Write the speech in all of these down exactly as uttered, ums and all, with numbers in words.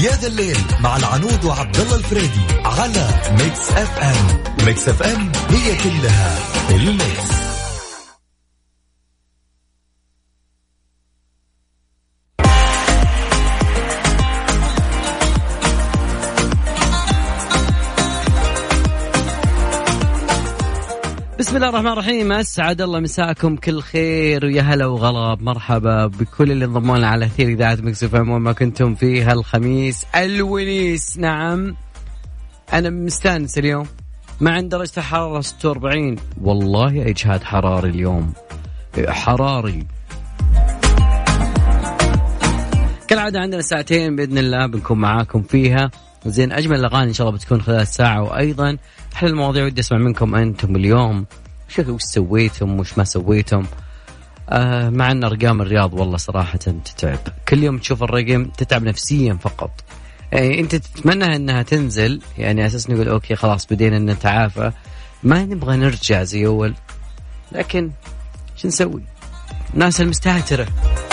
يا ذا الليل مع العنود وعبد الله الفريدي على ميكس اف ام. ميكس اف ام هي كلها الميكس. بسم الله الرحمن الرحيم. أسعد الله مساءكم كل خير ويا هلا وغلا. مرحبا بكل اللي انضمونا على أثير إذاعة ميكس اف ام وما كنتم في هالخميس الونيس. نعم أنا مستانس اليوم مع عند درجة الحرارة ستة وأربعين. والله إجهاد حراري اليوم حراري. كالعادة عندنا ساعتين بإذن الله بنكون معاكم فيها. زين أجمل الأغاني إن شاء الله بتكون خلال ساعة. وأيضا أحلى المواضيع ودي أسمع منكم أنتم اليوم شو وش سويتم وش ما سويتم. آه مع أن أرقام الرياض والله صراحة تتعب. كل يوم تشوف الرقم تتعب نفسيا فقط. يعني أنت تتمنى أنها تنزل يعني أساس نقول أوكي خلاص بدينا نتعافى ما نبغى نرجع زي أول. لكن شو نسوي الناس المستهترة.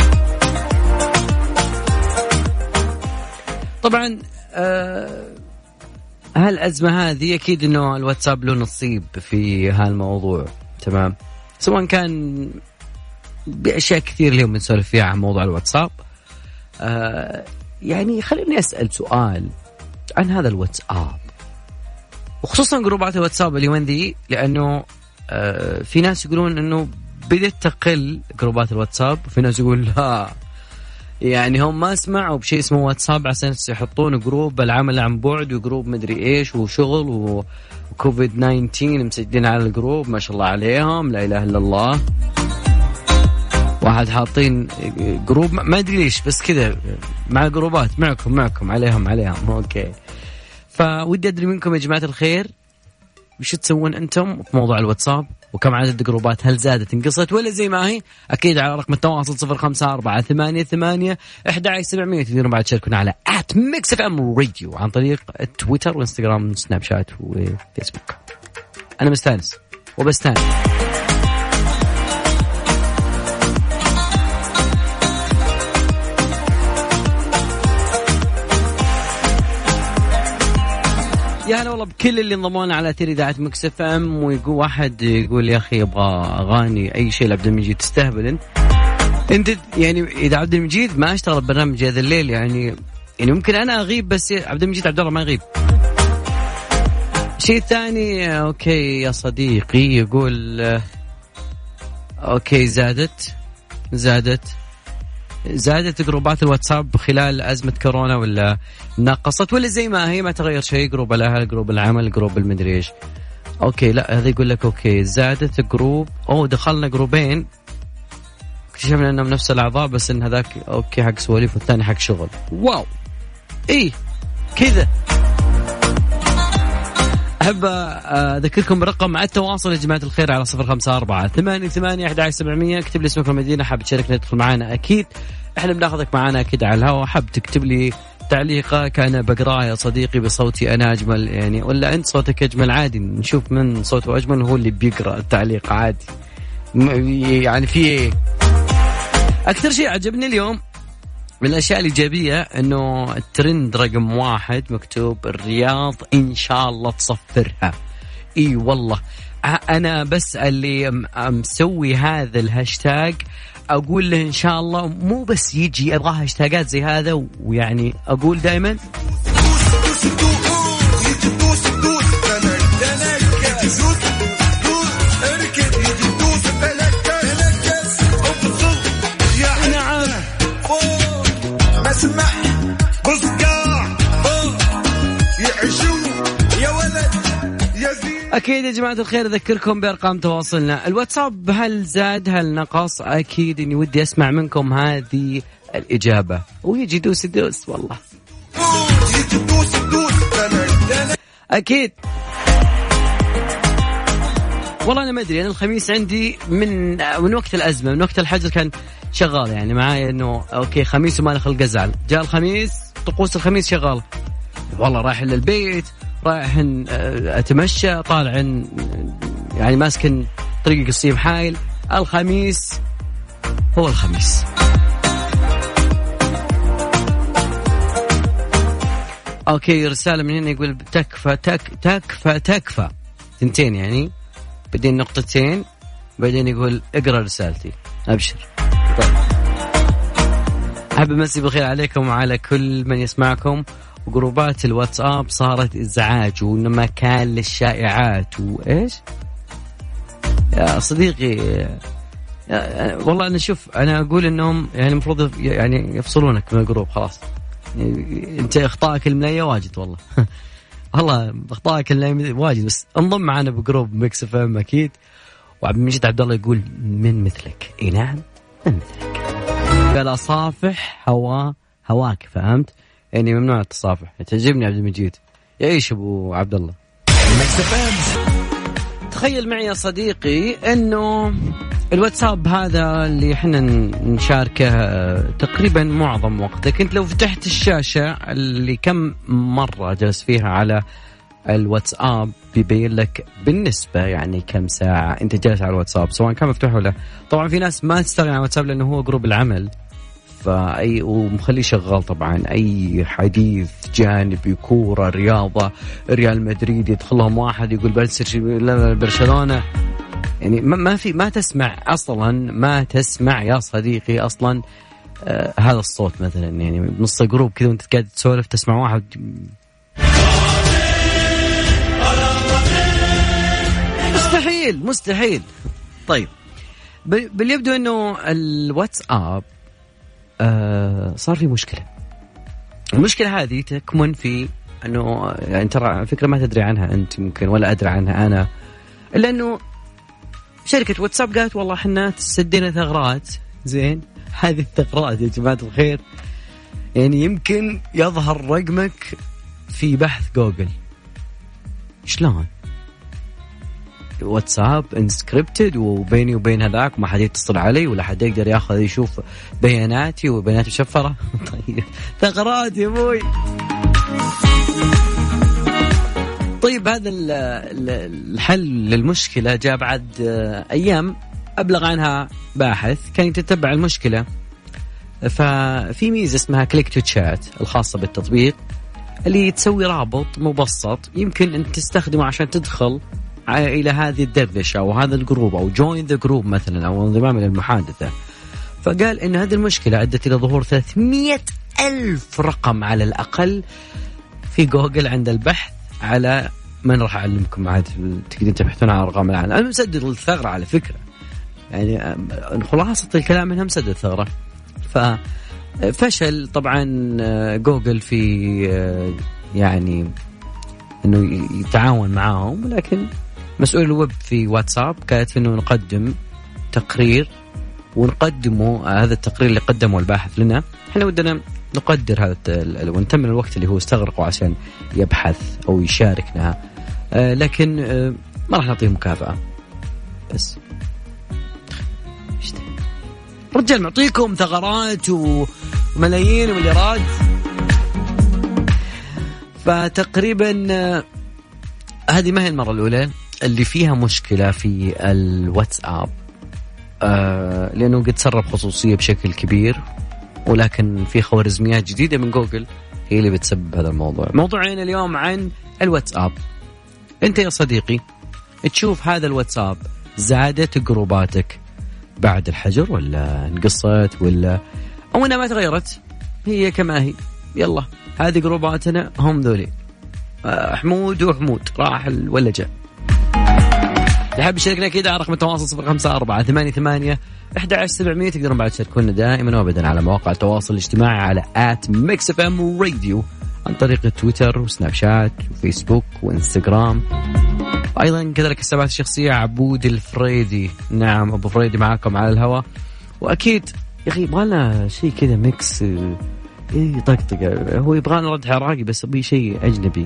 طبعا آه هالأزمة هذه أكيد إنه الواتساب له نصيب في هالموضوع. تمام سواء كان بأشياء كثير اليوم بنسولف فيها عن موضوع الواتساب. آه يعني خليني أسأل سؤال عن هذا الواتساب وخصوصا جروبات الواتساب اليومين ذي لأنه آه في ناس يقولون إنه بدأت تقل جروبات الواتساب وفي ناس يقول لا يعني هم ما سمعوا بشيء اسمه واتساب عشان يحطون جروب العمل عن بعد وجروب مدري ايش وشغل وكوفيد تسعة عشر مسجلين على الجروب ما شاء الله عليهم لا اله الا الله. واحد حاطين جروب ما ادري ليش بس كذا مع جروبات معكم معكم عليهم عليهم اوكي. فودي ادري منكم يا جماعة الخير وش تسوون انتم في موضوع الواتساب وكم عدد جروبات هل زادت انقصت ولا زي ما هي. أكيد على رقم التواصل صفر خمسة أربعة ثمانية ثمانية أحد عشر سبعمية. تقدرون بعد تشاركونا على آت ميكس اف ام راديو عن طريق تويتر وإنستغرام سناب شات وفيسبوك. أنا مستانس وبستانس. يا هلا والله بكل اللي انضمونا على أثير إذاعة ميكس اف ام. ويقول واحد يقول يا أخي أبغى أغاني أي شيء لعبد المجيد تستهبل أنت أنت يعني إذا عبد المجيد ما اشتغل برنامج هذا الليل يعني يعني ممكن أنا أغيب بس عبد المجيد عبد الله ما يغيب. شيء ثاني أوكي يا صديقي يقول أوكي زادت زادت زادت جروبات الواتساب خلال أزمة كورونا ولا نقصت ولا زي ما هي ما تغير شيء. جروب الأهل جروب العمل جروب المدري إيش أوكي. لا هذا يقول لك أوكي زادت جروب أو دخلنا جروبين اكتشفنا أنهم نفس الأعضاء بس إن هذاك أوكي حق سواليف والثاني حق شغل. واو إيه كذا. أحب أذكركم برقم التواصل يا جماعة الخير على صفر خمسة أربعة ثمانية ثمانية أحد عشر سبعمية. اكتب لي اسمك والمدينة حاب تشاركنا تدخل معنا أكيد إحنا بناخذك معنا أكيد على الهواء. حاب تكتب لي تعليقك أنا بقرأ يا صديقي بصوتي أنا أجمل يعني ولا أنت صوتك أجمل عادي نشوف من صوته أجمل هو اللي بيقرأ التعليق عادي يعني. في أكثر شيء عجبني اليوم من الأشياء الإيجابية أنه الترند رقم واحد مكتوب الرياض إن شاء الله تصفرها. إي والله أنا بس اللي مسوي هذا الهاشتاج أقول له إن شاء الله مو بس يجي أبغى هاشتاجات زي هذا ويعني أقول دائما أكيد يا جماعة الخير أذكركم بأرقام تواصلنا. الواتساب هل زاد هل نقص؟ أكيد إني ودي أسمع منكم هذه الإجابة. ويجي دوس دوس والله أكيد والله أنا ما أدري. أنا الخميس عندي من من وقت الأزمة من وقت الحجر كان شغال يعني معايا إنه أوكي خميس وما نخلق أزعل. جاء الخميس طقوس الخميس شغال والله رايح للبيت رايح أتمشى طالع يعني ماسكن طريق قصيم حايل. الخميس هو الخميس. اوكي رسالة من هنا يقول تكفى تك تكفى تكفى تنتين يعني بعدين نقطتين بعدين يقول اقرأ رسالتي ابشر. طيب أحب أمسي بالخير عليكم وعلى كل من يسمعكم. وجروبات الواتساب صارت إزعاج ومكان للشائعات وإيش يا صديقي يا والله أنا شوف أنا أقول إنهم يعني المفروض يعني يفصلونك من الجروب خلاص. يعني أنت أخطائك الملاية واجد والله والله أخطائك الملاية واجد بس انضم معنا بجروب ميكس اف ام أكيد. وعبد المجيد عبد الله يقول من مثلك اي نعم من مثلك قال صافح هوا هواك فهمت يعني ممنوع التصافح. تعجبني عبد المجيد يعيش ابو عبد الله. تخيل معي يا صديقي انه الواتساب هذا اللي احنا نشاركه تقريبا معظم وقتك انت لو فتحت الشاشة اللي كم مرة جلس فيها على الواتساب بيبين لك بالنسبة يعني كم ساعة أنت جالس على الواتساب سواء كان مفتوح ولا. طبعا في ناس ما تستغني عن الواتساب لأنه هو جروب العمل فأي ومخليه شغال. طبعا أي حديث جانبي كورة رياضة ريال مدريد يدخلهم واحد يقول بنسر برشلونة يعني ما في ما تسمع أصلا ما تسمع يا صديقي أصلا آه هذا الصوت مثلا يعني بنص جروب كذا وأنت قاعد تسولف تسمع واحد مستحيل مستحيل. طيب بل يبدو انه الواتساب آه صار في مشكلة. المشكلة هذه تكمن في انه يعني ترى فكرة ما تدري عنها انت ممكن ولا ادري عنها انا الا انه شركة واتساب قالت والله احنا سدينا ثغرات. زين هذه الثغرات يا جماعة الخير يعني يمكن يظهر رقمك في بحث جوجل. شلون واتساب انسكريبتد وبيني وبين هذاك ما حد يتصل علي ولا حد يقدر ياخذ يشوف بياناتي وبيانات مشفرة. طيب ثغرات يا ابوي. طيب هذا الحل للمشكلة جاء بعد أيام أبلغ عنها باحث كان يتتبع المشكلة. ففي ميزة اسمها كليك تو تشات الخاصة بالتطبيق اللي تسوي رابط مبسط يمكن أن تستخدمه عشان تدخل إلى هذه الدردشة أو هذا الجروب أو join the group مثلا أو انضمام إلى المحادثة. فقال إن هذه المشكلة أدت إلى ظهور ثلاثمية ألف رقم على الأقل في جوجل عند البحث على من راح أعلمكم عاد تقدرون تبحثون عن أرقام الآن. أنا مسدد الثغرة على فكرة يعني خلاصة الكلام منها مسدد الثغرة. ففشل طبعا جوجل في يعني إنه يتعاون معاهم لكن مسؤول الويب في واتساب كانت إنه نقدم تقرير ونقدمه هذا التقرير اللي قدمه الباحث لنا. إحنا ودنا نقدر هذا ونتم الوقت اللي هو استغرقه عشان يبحث أو يشاركنا آه لكن آه ما راح نعطيه مكافأة بس رجال معطيكم ثغرات وملايين ومليارات. فتقريبا آه هذه ما هي المرة الأولى اللي فيها مشكلة في الواتساب آه لأنه قد سرب خصوصية بشكل كبير ولكن في خوارزميات جديدة من جوجل هي اللي بتسبب هذا الموضوع. موضوعنا اليوم عن الواتساب. أنت يا صديقي تشوف هذا الواتساب زادت جروباتك بعد الحجر ولا انقصت ولا أو أنها ما تغيرت هي كما هي؟ يلا هذه جروباتنا هم ذولي حمود وحمود راح ولا جاء. لحب يشاركنا كده على رقم التواصل صفر خمسة أربعة ثمانية ثمانية أحد عشر سبعمية. تقدرون بعد تشاركونا دائما وابدا على مواقع التواصل الاجتماعي على آت ميكس اف ام راديو عن طريق تويتر وسناب شات وفيسبوك وإنستغرام. أيضا كذلك حسابات الشخصية عبود الفريدي. نعم أبو فريدي معاكم على الهواء. وأكيد يا أخي يبغانا شيء كذا ميكس إيه طقطقة. هو يبغانا رد عراقي بس أبي شيء أجنبي.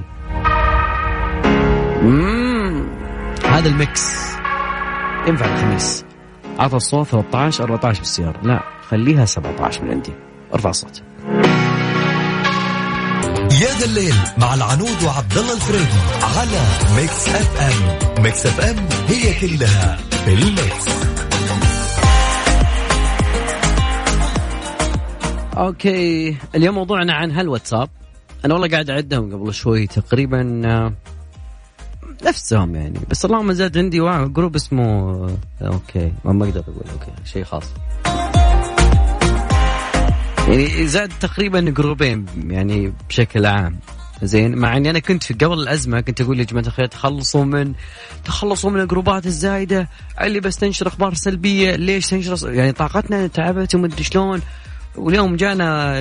مم. هذا الميكس ينفع الخميس. عطى الصوت ثلاثة عشر أربعة عشر بالسيارة لا خليها سبعة عشر من عندي. ارفع الصوت. يا ذا الليل مع العنود وعبد الله الفريدي على ميكس اف ام. ميكس اف ام هي كلها في الميكس. اوكي اليوم موضوعنا عن هالواتساب أنا والله قاعد أعدهم قبل شوي تقريبا نفسهم يعني، بس اللهم زاد عندي جروب اسمه أوكي ما أقدر أقول أوكي شيء خاص يعني، زاد تقريبا جروبين يعني بشكل عام زين. مع اني انا كنت في قبل الازمه كنت اقول يا جماعه الخير تخلصوا من تخلصوا من الجروبات الزايده اللي بس تنشر اخبار سلبيه، ليش تنشر يعني طاقتنا تعبت وما ادري شلون. واليوم جانا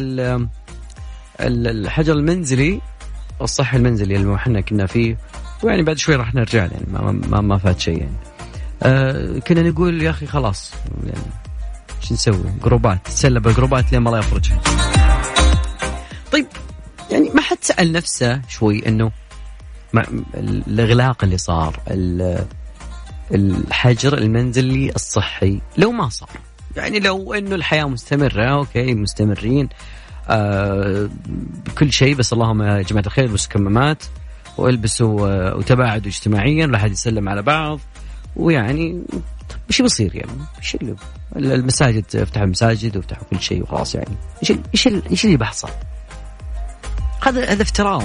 الحجر المنزلي الصحي المنزلي اللي احنا كنا فيه، ويعني بعد شوي راح نرجع يعني ما ما, ما فات شيء يعني. آه كنا نقول يا اخي خلاص يعني شو نسوي، جروبات تسلى بالجروبات لين ما لا يخرجها. طيب يعني ما حد سأل نفسه شوي انه الاغلاق اللي صار، الحجر المنزلي الصحي لو ما صار، يعني لو انه الحياة مستمرة اوكي مستمرين آه بكل شيء، بس اللهم يا جماعة الخير البسوا كمامات والبسوا آه وتباعدوا اجتماعيا ولا حد يسلم على بعض، ويعني ايش بيصير يعني ايش اللي المساجد افتحوا المساجد وافتحوا كل شيء وخلاص يعني ايش ايش ايش اللي بيحصل؟ هذا هذا افتراض.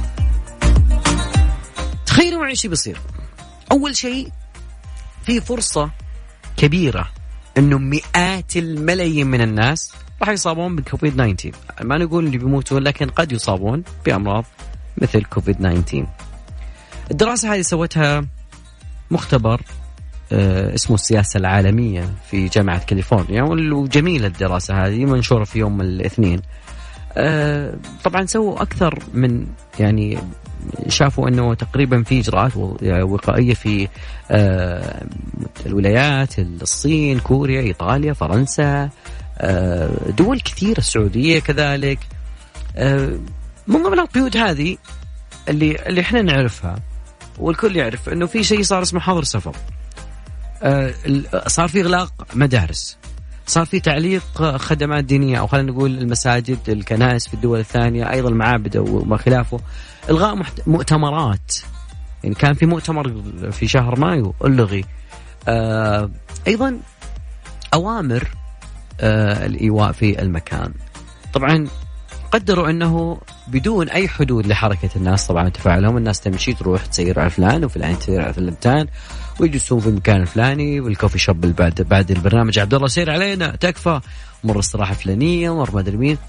تخيلوا معي ايش بيصير. اول شيء في فرصة كبيرة انه مئات الملايين من الناس راح يصابون بكوفيد تسعة عشر، ما نقول اللي بيموتون لكن قد يصابون بأمراض مثل كوفيد تسعة عشر. الدراسة هذه سوتها مختبر آه اسمه السياسة العالمية في جامعة كاليفورنيا، وجميلة الدراسة هذه منشورة في يوم الاثنين. آه طبعا سووا أكثر من يعني شافوا أنه تقريبا في إجراءات وقائية في آه الولايات، الصين، كوريا، إيطاليا، فرنسا، آه دول كثيرة، السعودية كذلك. آه من ضمن القيود هذه اللي اللي احنا نعرفها والكل يعرف أنه في شيء صار اسمه حظر سفر. آه صار في إغلاق مدارس، صار في تعليق خدمات دينية أو خلينا نقول المساجد، الكنائس في الدول الثانية، أيضا المعابد وما خلافه. إلغاء مؤتمرات، يعني كان في مؤتمر في شهر مايو ألغي. آه أيضا أوامر آه الإيواء في المكان. طبعا قدروا أنه بدون أي حدود لحركة الناس، طبعا تفاعلهم، الناس تمشي تروح تسير على فلان وفلان تسير على فلان ويجلسون في المكان الفلاني والكوفي شوب بعد بعد البرنامج عبد الله سير علينا تكفى مر استراحة فلانية مر ما أدري مين.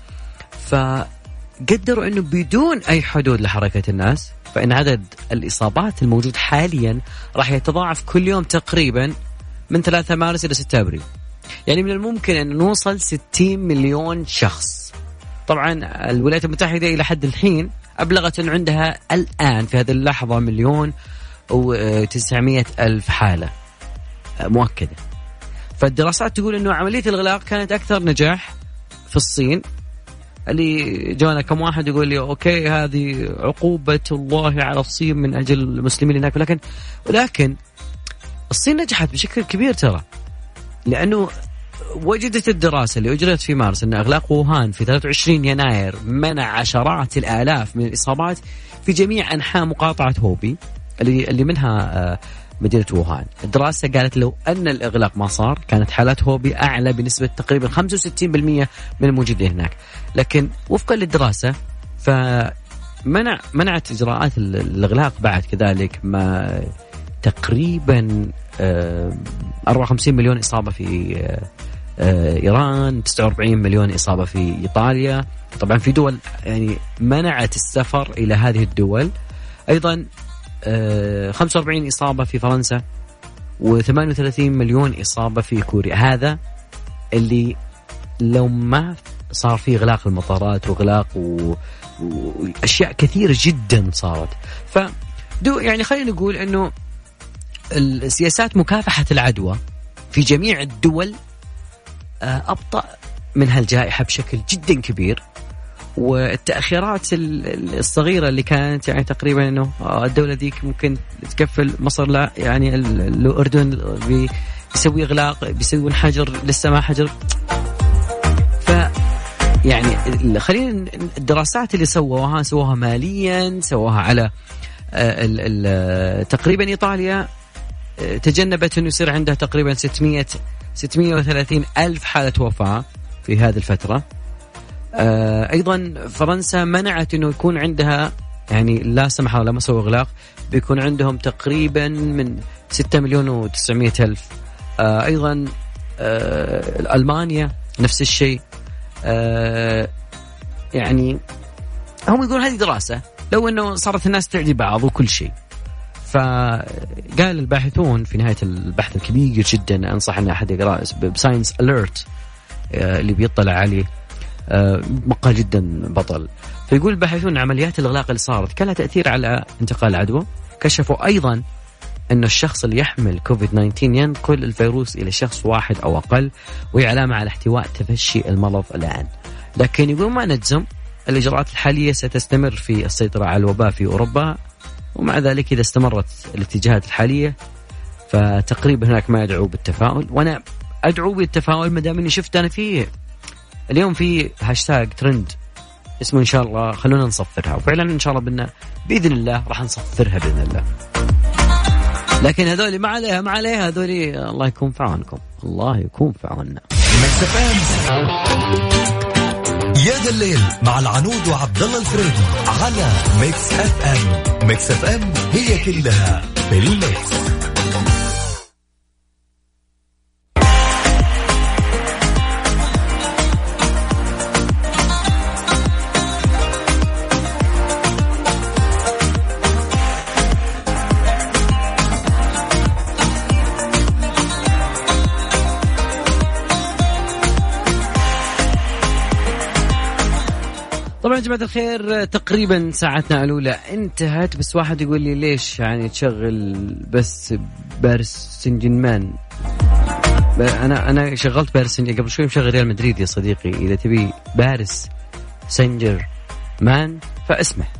فقدروا أنه بدون أي حدود لحركة الناس، فإن عدد الإصابات الموجود حاليا راح يتضاعف كل يوم تقريبا من ثلاثة مارس إلى ستة أبريل. يعني من الممكن أن نوصل ستين مليون شخص. طبعا الولايات المتحدة إلى حد الحين أبلغت أن عندها الآن في هذه اللحظة مليون وتسعمائة ألف حالة مؤكدة. فالدراسات تقول أنه عملية الإغلاق كانت أكثر نجاح في الصين، اللي جانا كم واحد يقول لي أوكي هذه عقوبة الله على الصين من أجل المسلمين هناك، ولكن ولكن الصين نجحت بشكل كبير ترى، لأنه وجدت الدراسة اللي أجرت في مارس أن إغلاق ووهان في ثلاثة وعشرين يناير منع عشرات الآلاف من الإصابات في جميع أنحاء مقاطعة هوبي اللي اللي منها مدينة ووهان. الدراسة قالت لو أن الإغلاق ما صار كانت حالات هوبي أعلى بنسبة تقريبا خمسة وستين بالمئة من الموجودين هناك. لكن وفقا للدراسة فمنع منعت إجراءات الإغلاق بعد كذلك ما تقريبا أربعة وخمسين مليون إصابة في إيران، تسعة وأربعين مليون إصابة في إيطاليا. طبعا في دول يعني منعت السفر إلى هذه الدول، أيضا خمسة وأربعين إصابة في فرنسا وثمانية وثلاثين مليون إصابة في كوريا. هذا اللي لو ما صار فيه إغلاق المطارات وإغلاق و... وأشياء كثيرة جدا صارت. فدو يعني خلينا نقول أنه السياسات مكافحة العدوى في جميع الدول أبطأ من هالجائحة بشكل جدا كبير، والتأخيرات الصغيرة اللي كانت يعني تقريبا إنه الدولة ديك ممكن تكفل، مصر لا، يعني الأردن بيسوي إغلاق بيسوي حجر لسه ما حجر. ف يعني خلينا الدراسات اللي سووها سووها ماليا، سووها على ال ال تقريبا إيطاليا تجنبت إنه يصير عندها تقريبا ستمائة ستمائة وثلاثين ألف حالة وفاة في هذه الفترة. آه أيضا فرنسا منعت أنه يكون عندها، يعني لا سمح الله لما سووا إغلاق بيكون عندهم تقريبا من ستة مليون وتسعمية ألف. آه أيضا آه ألمانيا نفس الشيء. آه يعني هم يقولون هذه دراسة، لو أنه صارت الناس تعدي بعض وكل شيء. فقال الباحثون في نهاية البحث الكبير جدا، أنصح أن أحد يقرأ بساينس أليرت اللي بيطلع عليه، مقال جدا بطل. فيقول الباحثون عمليات الإغلاق اللي صارت كان لها تأثير على انتقال العدوى. كشفوا أيضا أن الشخص اللي يحمل كوفيد تسعة عشر ينقل الفيروس إلى شخص واحد أو أقل، وهي علامة على احتواء تفشي المرض الآن. لكن يقول ما نجزم، الإجراءات الحالية ستستمر في السيطرة على الوباء في أوروبا، ومع ذلك إذا استمرت الاتجاهات الحالية فتقريبا هناك ما يدعو بالتفاؤل. وأنا أدعو بالتفاؤل مدام أني شفت أنا فيه اليوم في هاشتاج ترند اسمه إن شاء الله خلونا نصفرها، وفعلا إن شاء الله بنا بإذن الله راح نصفرها بإذن الله. لكن هذول ما عليها ما عليها هذول الله يكون في عونكم، الله يكون في عوننا. يا ذا الليل مع العنود وعبد الله الفريدي على ميكس اف ام. ميكس اف ام هي كلها بالميكس. طبعا يا جماعة الخير تقريبا ساعتنا الأولى انتهت، بس واحد يقول لي ليش يعني تشغل بس باريس سان جيرمان؟ أنا أنا شغلت باريس سان جيرمان قبل شوي، مشغل ريال مدريد يا صديقي. إذا تبي باريس سان جيرمان فاسمه.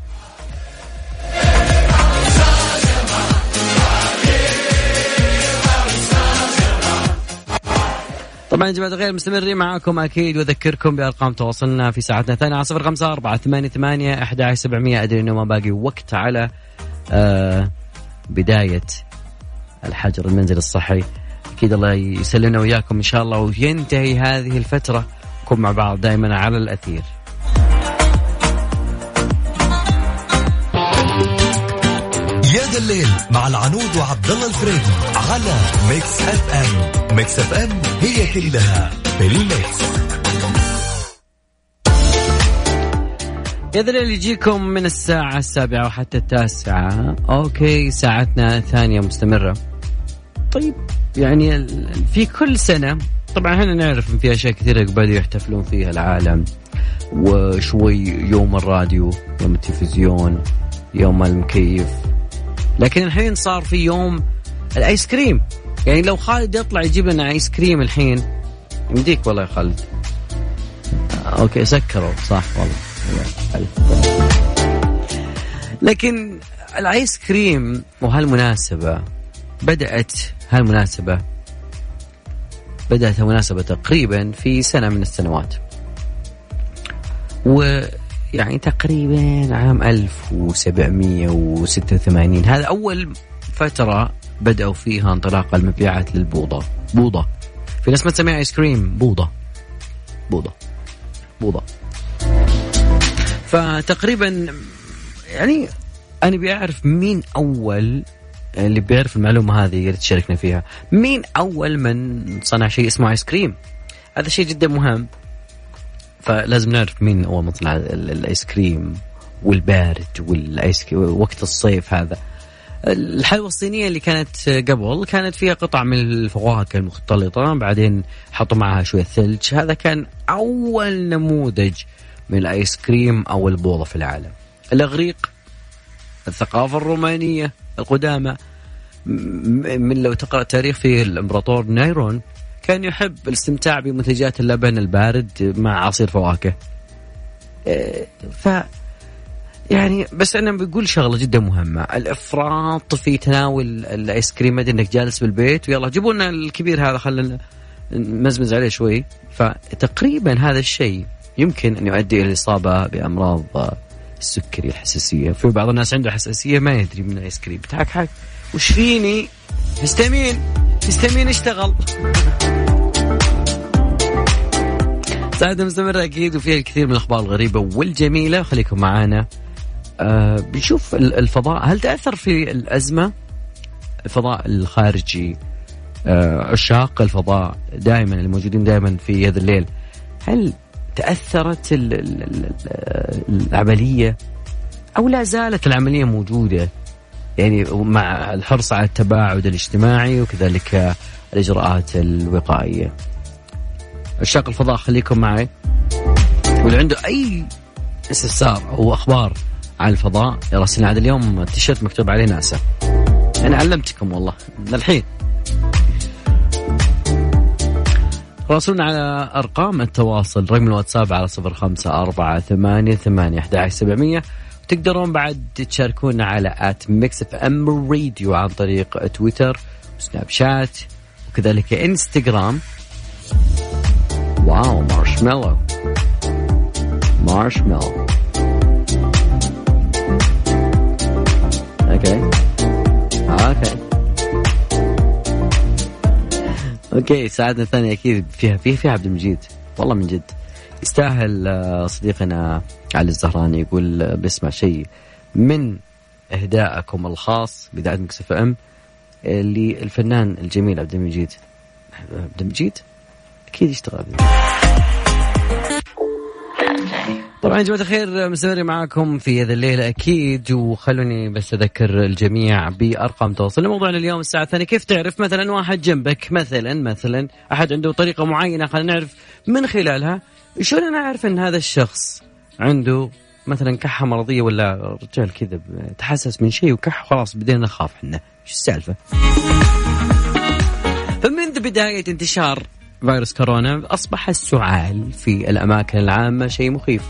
طبعا يا جماعة الخير مستمرين معاكم أكيد، وأذكركم بأرقام تواصلنا في ساعتنا الثانية على صفر خمسة أربعة ثمانية ثمانية أحد عشر سبعمية. أدري إنه ما باقي وقت على آه بداية الحجر المنزل الصحي، أكيد الله يسلمنا وياكم إن شاء الله، وينتهي هذه الفترة نكون مع بعض دائما على الأثير. يا ذا الليل مع العنود وعبد الله الفريدي على ميكس اف ام. ميكس اف ام هي كلها بالميكس. يا ذا الليل يجيكم من الساعة السابعة وحتى التاسعة. أوكي ساعتنا الثانية مستمرة. طيب يعني في كل سنة طبعا هنا نعرف إن في أشياء كثيرة بدأوا يحتفلون فيها العالم، وشوي يوم الراديو، يوم التلفزيون، يوم المكيف، لكن الحين صار في يوم الآيس كريم. يعني لو خالد يطلع يجيب لنا آيس كريم الحين يمديك والله يا خالد. أوكي سكروا صح والله. لكن الآيس كريم وهالمناسبة بدأت هالمناسبة بدأت هالمناسبة تقريبا في سنة من السنوات، ويعني تقريبا عام ألف وسبعمية وستة وثمانين هذا أول فترة بدأوا فيها انطلاق المبيعات للبوضة. بوضة في ناس ما تسميها آيس كريم، بوضة بوضة بوضة. فتقريبا يعني أنا بيعرف مين أول اللي بيعرف المعلومة هذه يقدر تشاركنا فيها. مين أول من صنع شيء اسمه آيس كريم؟ هذا شيء جدا مهم، فلازم نعرف مين أول من صنع الآيس كريم والبارد والآيس وقت الصيف. هذا الحلوى الصينية اللي كانت قبل كانت فيها قطع من الفواكه المختلطة، بعدين حطوا معها شوية ثلج. هذا كان أول نموذج من الآيس كريم أو البوضة في العالم. الإغريق، الثقافة الرومانية القدامى، من لو تقرأ تاريخ في الإمبراطور نيرون كان يحب الاستمتاع بمنتجات اللبن البارد مع عصير فواكه. ف يعني بس أنا بقول شغلة جدا مهمة، الإفراط في تناول الآيس كريم، إنك جالس بالبيت ويلا جيبوا لنا الكبير هذا خلنا نمزمز عليه شوي. فتقريبا هذا الشيء يمكن أن يؤدي إلى الإصابة بأمراض السكري، الحساسية. في بعض الناس عنده حساسية ما يدري من الآيس كريم. تحك حك وش فيني هستامين هستامين اشتغل. ساعتنا مستمرة أكيد وفيها الكثير من الأخبار الغريبة والجميلة. خليكم معانا. آه بنشوف الفضاء هل تأثر في الأزمة؟ الفضاء الخارجي، آه عشاق الفضاء دائما الموجودين دائما في هذا الليل، هل تأثرت ال ال ال العملية أو لا زالت العملية موجودة؟ يعني مع الحرص على التباعد الاجتماعي وكذلك الإجراءات الوقائية. عشاق الفضاء خليكم معي، واللي عنده أي استفسار أو أخبار عن الفضاء يراسلنا. هذا اليوم التيشيرت مكتوب عليه ناسا، أنا علمتكم والله للحين. راسلنا على أرقام التواصل، رقم الواتساب على صفر خمسة أربعة ثمانية ثمانية أحد عشر سبعمية. تقدرون بعد تشاركونا على آت ميكس اف ام راديو عن طريق تويتر وسناب شات وكذلك انستغرام. واو مارشميلو مارشميلو اوكي اوكي اوكي. ساعتنا الثانية اكيد فيها فيها فيها عبد المجيد، والله من جد يستاهل. صديقنا علي الزهراني يقول بسمع شيء من اهدائكم الخاص بإذاعة ميكس اف ام للفنان الجميل عبد المجيد. عبد المجيد اكيد يشتغل. طبعا يا جماعة الخير مستمر معاكم في هذا الليلة أكيد، وخلوني بس أذكر الجميع بأرقام تواصل لموضوعنا اليوم الساعة الثانية. كيف تعرف مثلا واحد جنبك مثلا مثلا أحد عنده طريقة معينة خلينا نعرف من خلالها شلون أنا أعرف أن هذا الشخص عنده مثلا كحة مرضية ولا رجال كذا تحسس من شيء وكح خلاص بدينا نخاف حنا شو السالفة. فمنذ بداية انتشار فيروس كورونا أصبح السعال في الأماكن العامة شيء مخيف.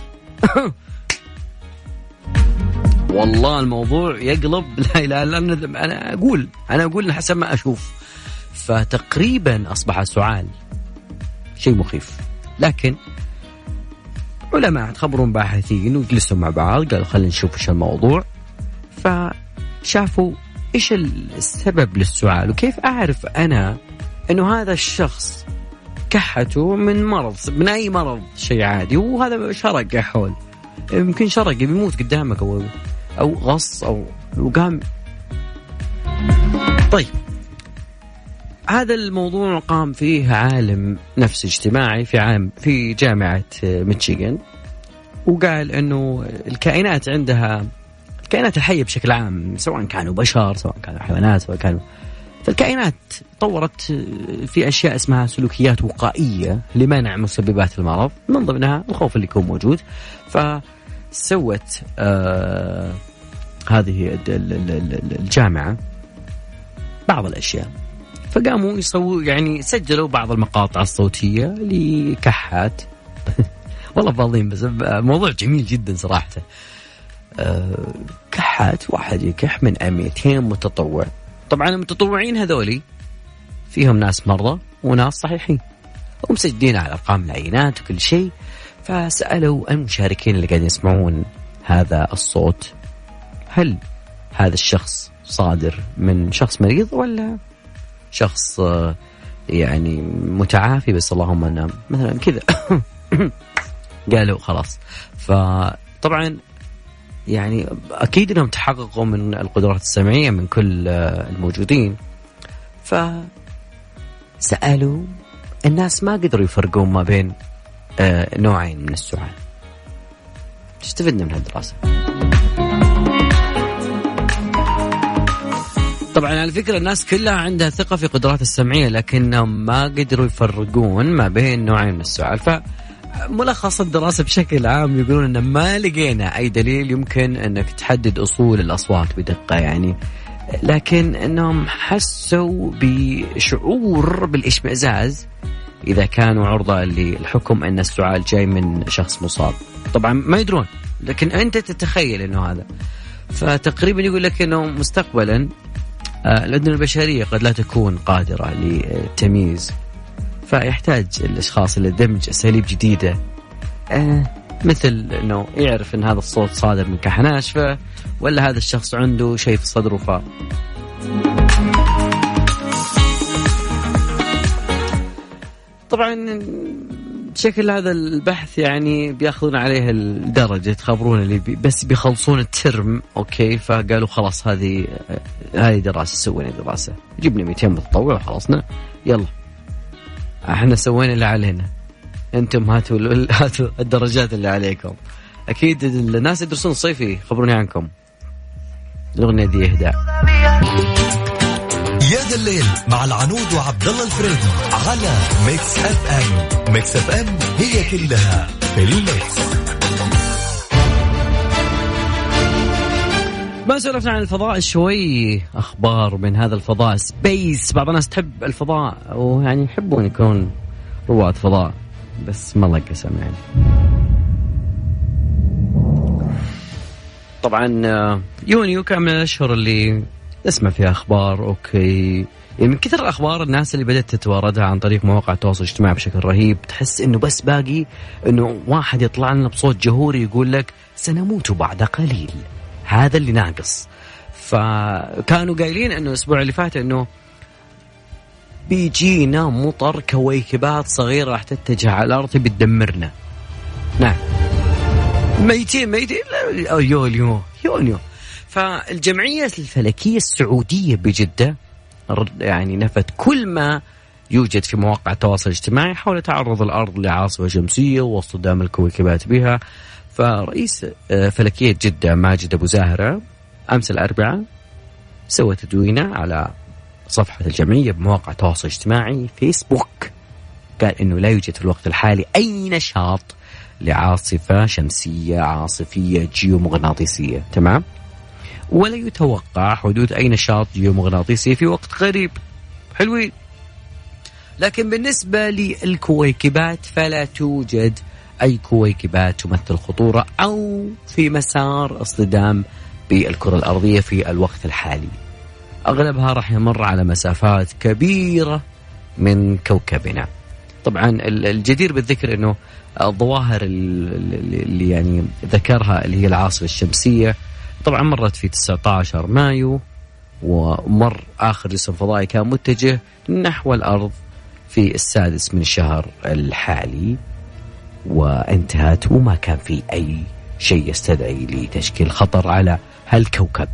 والله الموضوع يقلب لا لا لا أنا أقول أنا أقول حسب ما أشوف. فتقريبا أصبح السعال شيء مخيف، لكن علماء خبرون باحثين وجلسوا مع بعض قالوا خلينا نشوف إيش الموضوع، فشافوا إيش السبب للسعال وكيف أعرف أنا إنه هذا الشخص كحته من مرض من أي مرض شيء عادي وهذا شرق يا حول يمكن شرق بيموت قدامك أو أو غص أو وقام. طيب هذا الموضوع قام فيه عالم نفس اجتماعي في عام في جامعة ميشيغان، وقال إنه الكائنات عندها الكائنات الحية بشكل عام سواء كانوا بشر سواء كانوا حيوانات سواء كانوا فالكائنات طورت في أشياء اسمها سلوكيات وقائية لمنع مسببات المرض، من ضمنها الخوف اللي يكون موجود. فسوت آه هذه الجامعة بعض الأشياء، فقاموا يسووا يعني سجلوا بعض المقاطع الصوتية لكحات. والله فاضيين بس موضوع جميل جدا صراحة. آه كحات واحد يكح من مئتين متطوع. طبعا المتطوعين هذولي فيهم ناس مرضى وناس صحيحين ومسجلين على أرقام العينات وكل شيء. فسألوا المشاركين اللي قاعدين يسمعون هذا الصوت هل هذا الشخص صادر من شخص مريض ولا شخص يعني متعافي بس اللهم نام مثلا كذا. قالوا خلاص. فطبعا يعني أكيد أنهم تحققوا من القدرات السمعية من كل الموجودين، فسألوا الناس ما قدروا يفرقون ما بين نوعين من السعال. استفدنا من هالدراسة. طبعا على فكرة الناس كلها عندها ثقة في قدرات السمعية لكنهم ما قدروا يفرقون ما بين نوعين من السعال. ف ملخص الدراسة بشكل عام يقولون أن ما لقينا أي دليل يمكن أنك تحدد أصول الأصوات بدقة يعني، لكن أنهم حسوا بشعور بالإشمئزاز إذا كانوا عرضة للحكم أن السعال جاي من شخص مصاب. طبعا ما يدرون لكن أنت تتخيل أنه هذا. فتقريبا يقول لك أنه مستقبلا الأذن البشرية قد لا تكون قادرة للتمييز، فيحتاج الأشخاص لدمج أساليب جديدة آه مثل أنه يعرف أن هذا الصوت صادر من كحة ناشفة ولا هذا الشخص عنده شيء في صدره. ف طبعا شكل هذا البحث يعني بياخذون عليه الدرجة، تخبرون اللي بي بس بيخلصون الترم أوكي، فقالوا خلاص هذه هذه دراسة، سوينا دراسة جبنا مئتين متطوع وخلصنا يلا احنا سوينا اللي علينا، انتم هاتوا هاتوا الدرجات اللي عليكم. اكيد الناس يدرسون الصيفي خبروني عنكم. الأغنية دي إهداء يا ذا الليل مع العنود وعبد الله الفريدي على ميكس اف ام. ميكس اف ام هي كلها في الميكس. ما سولفنا عن الفضاء شوي، أخبار من هذا الفضاء سبيس. بعض الناس تحب الفضاء ويعني يحبون يكون رواد فضاء، بس ما الله قسم يعني. طبعا يونيو كان من الأشهر اللي اسمع فيها أخبار أوكي، يعني من كثر الأخبار الناس اللي بدأت تتواردها عن طريق مواقع التواصل الاجتماعي بشكل رهيب، تحس إنه بس باقي إنه واحد يطلع لنا بصوت جهوري يقول لك سنموت بعد قليل، هذا اللي ناقص. فكانوا قايلين إنه الأسبوع اللي فات إنه بيجينا مطر كويكبات صغيرة راح تتجه على الأرض بتدمرنا. نعم ميتين ميتين يونيو يونيو. فالجمعية الفلكية السعودية بجدة يعني نفت كل ما يوجد في مواقع التواصل الاجتماعي حول تعرض الأرض لعاصفة شمسية واصطدام الكويكبات بها. فرئيس فلكية جدة ماجد أبو زاهرة أمس الأربعاء سوى تدوينة على صفحة الجمعية بمواقع التواصل الاجتماعي فيسبوك، قال إنه لا يوجد في الوقت الحالي أي نشاط لعاصفة شمسية عاصفية جيومغناطيسية، تمام، ولا يتوقع حدوث أي نشاط جيومغناطيسي في وقت قريب. حلوين. لكن بالنسبة للكويكبات فلا توجد أي كويكبات تمثل خطورة أو في مسار اصطدام بالكرة الأرضية في الوقت الحالي. أغلبها راح يمر على مسافات كبيرة من كوكبنا. طبعا الجدير بالذكر أنه الظواهر اللي يعني ذكرها اللي هي العاصفة الشمسية طبعا مرت في تسعة عشر مايو، ومر آخر جسم فضائي كان متجه نحو الأرض في السادس من الشهر الحالي وانتهت، وما كان في أي شيء يستدعي لتشكيل خطر على هالكوكب.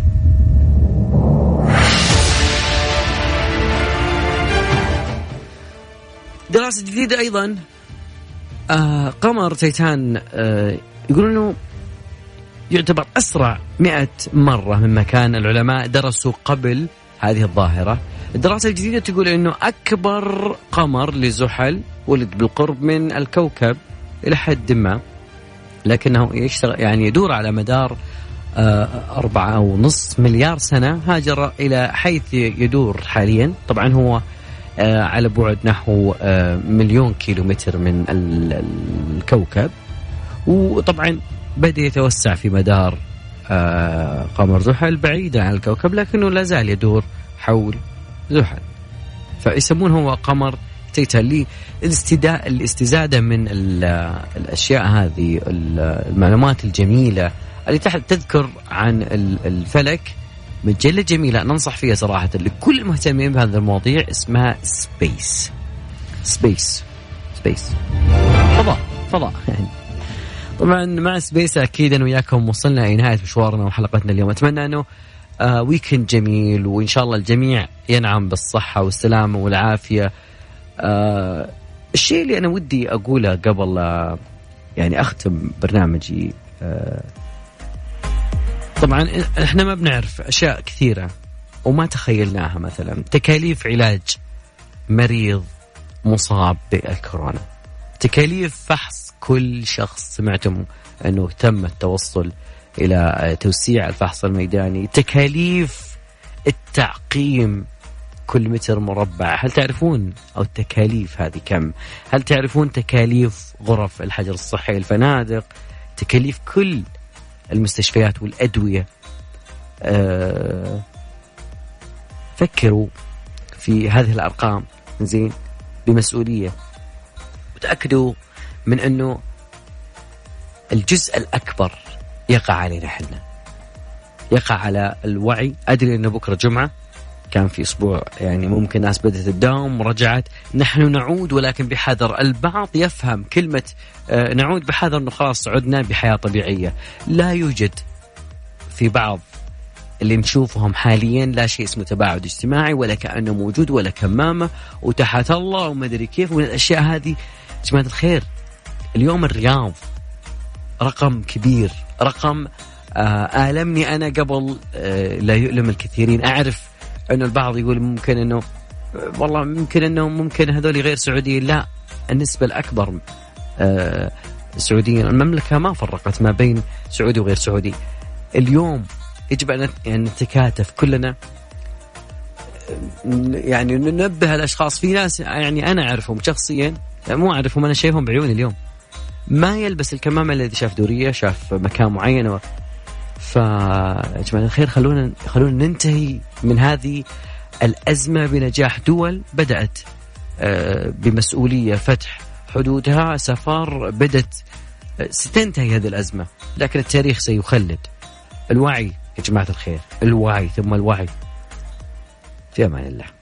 دراسة جديدة أيضا آه قمر تيتان آه يقولون أنه يعتبر أسرع مئة مرة مما كان العلماء درسوا قبل هذه الظاهرة. الدراسة الجديدة تقول أنه أكبر قمر لزحل ولد بالقرب من الكوكب إلى حد ما، لكنه يشتغل يعني يدور على مدار آه أربعة ونصف مليار سنة، هاجر إلى حيث يدور حاليا. طبعا هو آه على بعد نحو آه مليون كيلومتر من الكوكب، وطبعا بدأ يتوسع في مدار آه قمر زحل بعيدا عن الكوكب، لكنه لا زال يدور حول زحل. فيسمون هو قمر تيتان للاستزادة من الأشياء هذه، المعلومات الجميلة اللي تحت تذكر عن الفلك. مجلة جميلة ننصح فيها صراحة لكل المهتمين بهذا المواضيع، اسمها سبيس سبيس سبيس فضاء فضاء يعني. طبعا مع سبيس أكيد أنه وياكم وصلنا إلى نهاية مشوارنا وحلقتنا اليوم. أتمنى أنه آه ويكند جميل، وإن شاء الله الجميع ينعم بالصحة والسلامة والعافية. آه الشيء اللي أنا ودي أقوله قبل آه يعني أختم برنامجي، آه طبعا إحنا ما بنعرف أشياء كثيرة وما تخيلناها، مثلا تكاليف علاج مريض مصاب بالكورونا، تكاليف فحص كل شخص سمعتم أنه تم التوصل إلى توسيع الفحص الميداني، تكاليف التعقيم كل متر مربع. هل تعرفون أو التكاليف هذه كم؟ هل تعرفون تكاليف غرف الحجر الصحي، الفنادق، تكاليف كل المستشفيات والأدوية؟ أه فكروا في هذه الأرقام زين بمسؤولية، وتأكدوا من أنه الجزء الأكبر يقع علينا حنا، يقع على الوعي. أدري أنه بكرة جمعة كان في أسبوع يعني ممكن ناس بدأت تداوم ورجعت. نحن نعود ولكن بحذر. البعض يفهم كلمة نعود بحذر أنه خلاص عدنا بحياة طبيعية. لا يوجد في بعض اللي نشوفهم حاليا لا شيء اسمه تباعد اجتماعي ولا كأنه موجود ولا كمامة وتحت الله وما أدري كيف ومن الأشياء هذه. جماعة الخير اليوم الرياض رقم كبير، رقم آه آلمني أنا قبل آه لا يؤلم الكثيرين. أعرف أنه البعض يقول ممكن أنه والله ممكن أنه ممكن هذول غير سعوديين. لا، النسبة الأكبر آه سعوديين. المملكة ما فرقت ما بين سعودي وغير سعودي. اليوم يجب أن نتكاتف كلنا، يعني ننبه الأشخاص. في ناس يعني أنا أعرفهم شخصيا، مو أعرفهم أنا شايفهم بعيوني اليوم، ما يلبس الكمامة الذي شاف دورية شاف مكان معين. فجماعة الخير خلونا خلونا ننتهي من هذه الأزمة بنجاح. دول بدأت بمسؤولية فتح حدودها، سفر بدأت، ستنتهي هذه الأزمة، لكن التاريخ سيخلد. الوعي يا جماعة الخير، الوعي ثم الوعي. في أمان الله.